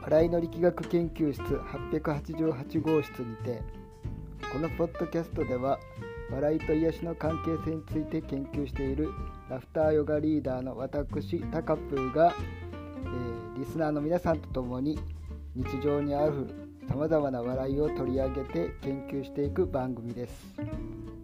笑いの力学研究室888号室にて、このポッドキャストでは笑いと癒しの関係性について研究しているラフターヨガリーダーの私タカプーが、リスナーの皆さんと共に日常にあるさまざまな笑いを取り上げて研究していく番組です。